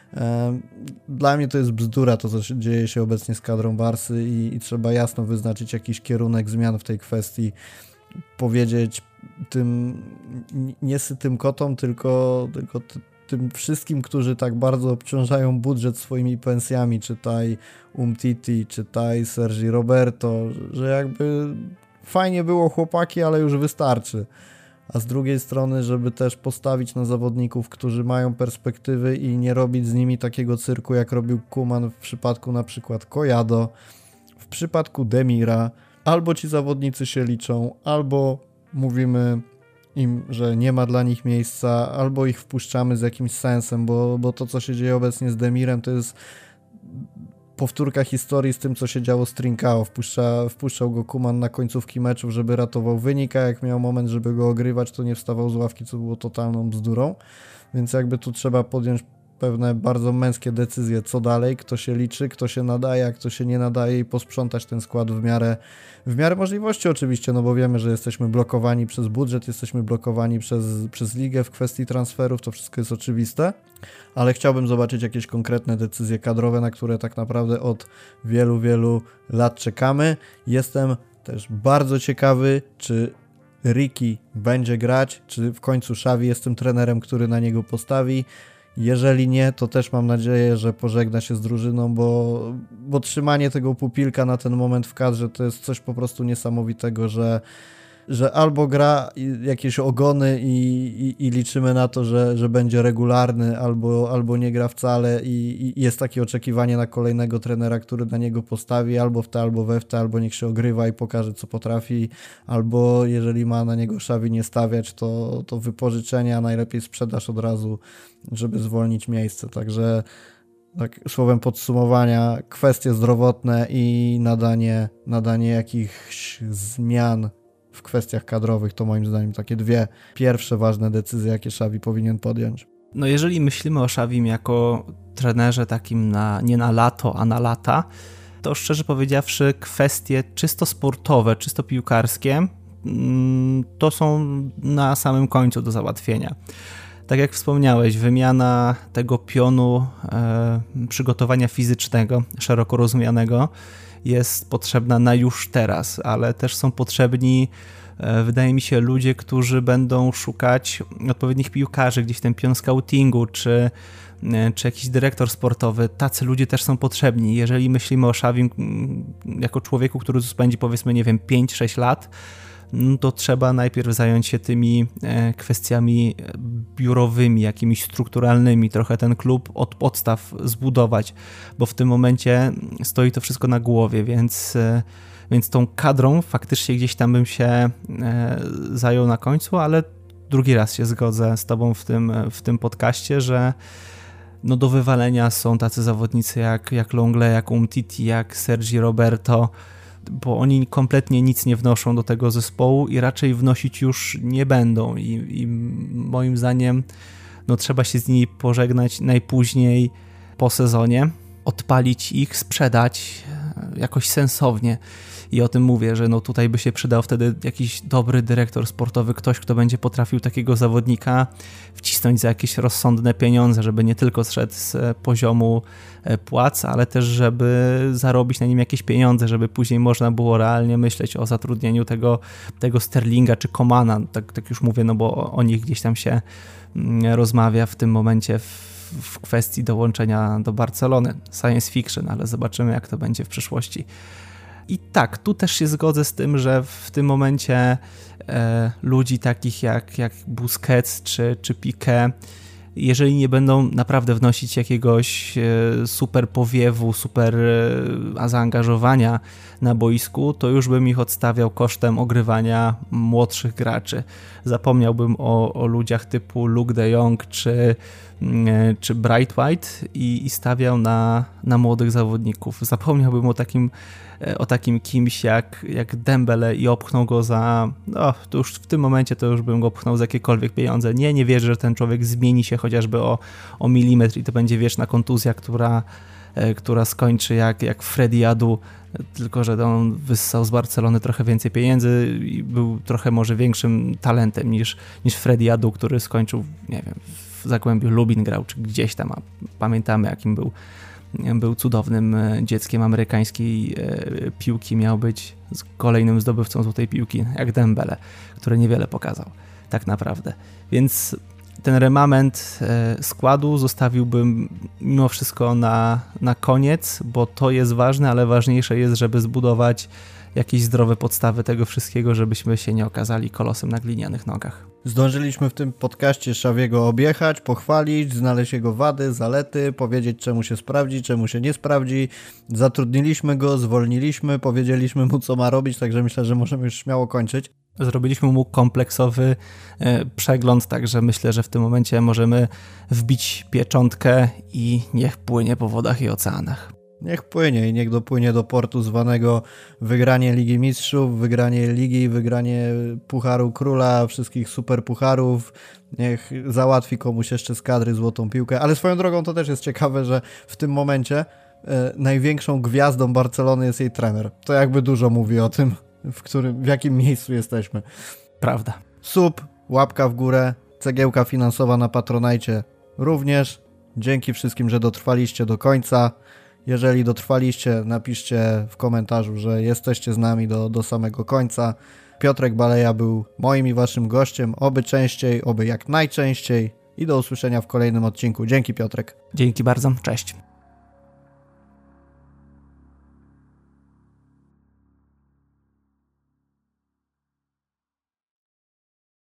Dla mnie to jest bzdura to, co dzieje się obecnie z kadrą Barsy i trzeba jasno wyznaczyć jakiś kierunek zmian w tej kwestii, powiedzieć tym niesytym kotom, tylko tym wszystkim, którzy tak bardzo obciążają budżet swoimi pensjami, czytaj Umtiti, czytaj Sergi Roberto, że jakby fajnie było chłopaki, ale już wystarczy. A z drugiej strony, żeby też postawić na zawodników, którzy mają perspektywy i nie robić z nimi takiego cyrku, jak robił Koeman w przypadku na przykład Collado, w przypadku Demira. Albo ci zawodnicy się liczą, albo mówimy im, że nie ma dla nich miejsca, albo ich wpuszczamy z jakimś sensem, bo to, co się dzieje obecnie z Demirem, to jest powtórka historii z tym, co się działo z Trincao. Wpuszczał go Koeman na końcówki meczów, żeby ratował wynik, a jak miał moment, żeby go ogrywać, to nie wstawał z ławki, co było totalną bzdurą. Więc jakby tu trzeba podjąć pewne bardzo męskie decyzje, co dalej, kto się liczy, kto się nadaje, a kto się nie nadaje i posprzątać ten skład w miarę możliwości oczywiście, no bo wiemy, że jesteśmy blokowani przez budżet, jesteśmy blokowani przez ligę w kwestii transferów, to wszystko jest oczywiste, ale chciałbym zobaczyć jakieś konkretne decyzje kadrowe, na które tak naprawdę od wielu, wielu lat czekamy. Jestem też bardzo ciekawy, czy Ricky będzie grać, czy w końcu Xavi jest tym trenerem, który na niego postawi. Jeżeli nie, to też mam nadzieję, że pożegna się z drużyną, bo trzymanie tego pupilka na ten moment w kadrze to jest coś po prostu niesamowitego, że albo gra jakieś ogony i liczymy na to, że będzie regularny, albo nie gra wcale i jest takie oczekiwanie na kolejnego trenera, który na niego postawi albo w te, albo we w te, albo niech się ogrywa i pokaże, co potrafi, albo jeżeli ma na niego Xavi nie stawiać, to wypożyczenia, najlepiej sprzedaż od razu, żeby zwolnić miejsce. Także tak słowem podsumowania, kwestie zdrowotne i nadanie jakichś zmian w kwestiach kadrowych to moim zdaniem takie dwie pierwsze ważne decyzje, jakie Xavi powinien podjąć.
No jeżeli myślimy o Xavim jako trenerze takim nie na lato, a na lata, to szczerze powiedziawszy kwestie czysto sportowe, czysto piłkarskie to są na samym końcu do załatwienia. Tak jak wspomniałeś, wymiana tego pionu przygotowania fizycznego, szeroko rozumianego, jest potrzebna na już teraz, ale też są potrzebni, wydaje mi się, ludzie, którzy będą szukać odpowiednich piłkarzy, gdzieś ten pion scoutingu, czy jakiś dyrektor sportowy. Tacy ludzie też są potrzebni. Jeżeli myślimy o Xavim jako człowieku, który tu spędzi, powiedzmy, nie wiem, 5-6 lat, to trzeba najpierw zająć się tymi kwestiami biurowymi, jakimiś strukturalnymi, trochę ten klub od podstaw zbudować, bo w tym momencie stoi to wszystko na głowie, więc tą kadrą faktycznie gdzieś tam bym się zajął na końcu, ale drugi raz się zgodzę z tobą w tym podcaście, że no do wywalenia są tacy zawodnicy jak Longley, jak Umtiti, jak Sergi Roberto, bo oni kompletnie nic nie wnoszą do tego zespołu i raczej wnosić już nie będą i moim zdaniem no trzeba się z nimi pożegnać najpóźniej po sezonie, odpalić ich, sprzedać jakoś sensownie i o tym mówię, że no tutaj by się przydał wtedy jakiś dobry dyrektor sportowy, ktoś, kto będzie potrafił takiego zawodnika wcisnąć za jakieś rozsądne pieniądze, żeby nie tylko zszedł z poziomu płac, ale też żeby zarobić na nim jakieś pieniądze, żeby później można było realnie myśleć o zatrudnieniu tego Sterlinga czy Komana, tak już mówię, no bo o nich gdzieś tam się rozmawia w tym momencie w kwestii dołączenia do Barcelony. Science fiction, ale zobaczymy, jak to będzie w przyszłości. I tak, tu też się zgodzę z tym, że w tym momencie ludzi takich jak Busquets czy Piqué, jeżeli nie będą naprawdę wnosić jakiegoś super powiewu, super zaangażowania na boisku, to już bym ich odstawiał kosztem ogrywania młodszych graczy. Zapomniałbym o ludziach typu Luke de Jong czy Bright White i stawiał na młodych zawodników. Zapomniałbym o takim kimś jak Dembele i opchnął go to już w tym momencie to już bym go pchnął za jakiekolwiek pieniądze. Nie wierzę, że ten człowiek zmieni się chociażby o milimetr i to będzie wieczna kontuzja, która skończy jak Freddy Adu, tylko że on wyssał z Barcelony trochę więcej pieniędzy i był trochę może większym talentem niż Freddy Adu, który skończył, nie wiem, w Zagłębiu Lubin grał, czy gdzieś tam, a pamiętamy, jakim był cudownym dzieckiem amerykańskiej piłki, miał być kolejnym zdobywcą złotej piłki, jak Dembele, który niewiele pokazał, tak naprawdę. Więc ten remament składu zostawiłbym mimo wszystko na koniec, bo to jest ważne, ale ważniejsze jest, żeby zbudować jakieś zdrowe podstawy tego wszystkiego, żebyśmy się nie okazali kolosem na glinianych nogach.
Zdążyliśmy w tym podcaście Xaviego objechać, pochwalić, znaleźć jego wady, zalety, powiedzieć, czemu się sprawdzi, czemu się nie sprawdzi. Zatrudniliśmy go, zwolniliśmy, powiedzieliśmy mu, co ma robić, także myślę, że możemy już śmiało kończyć.
Zrobiliśmy mu kompleksowy przegląd, także myślę, że w tym momencie możemy wbić pieczątkę i niech płynie po wodach i oceanach.
Niech płynie i niech dopłynie do portu zwanego wygranie Ligi Mistrzów, wygranie Ligi, wygranie Pucharu Króla, wszystkich superpucharów. Niech załatwi komuś jeszcze z kadry złotą piłkę. Ale swoją drogą to też jest ciekawe, że w tym momencie największą gwiazdą Barcelony jest jej trener. To jakby dużo mówi o tym, w jakim miejscu jesteśmy.
Prawda.
Sub, łapka w górę, cegiełka finansowa na Patronite również. Dzięki wszystkim, że dotrwaliście do końca. Jeżeli dotrwaliście, napiszcie w komentarzu, że jesteście z nami do samego końca. Piotrek Baleja był moim i waszym gościem, oby częściej, oby jak najczęściej i do usłyszenia w kolejnym odcinku. Dzięki, Piotrek.
Dzięki bardzo, cześć.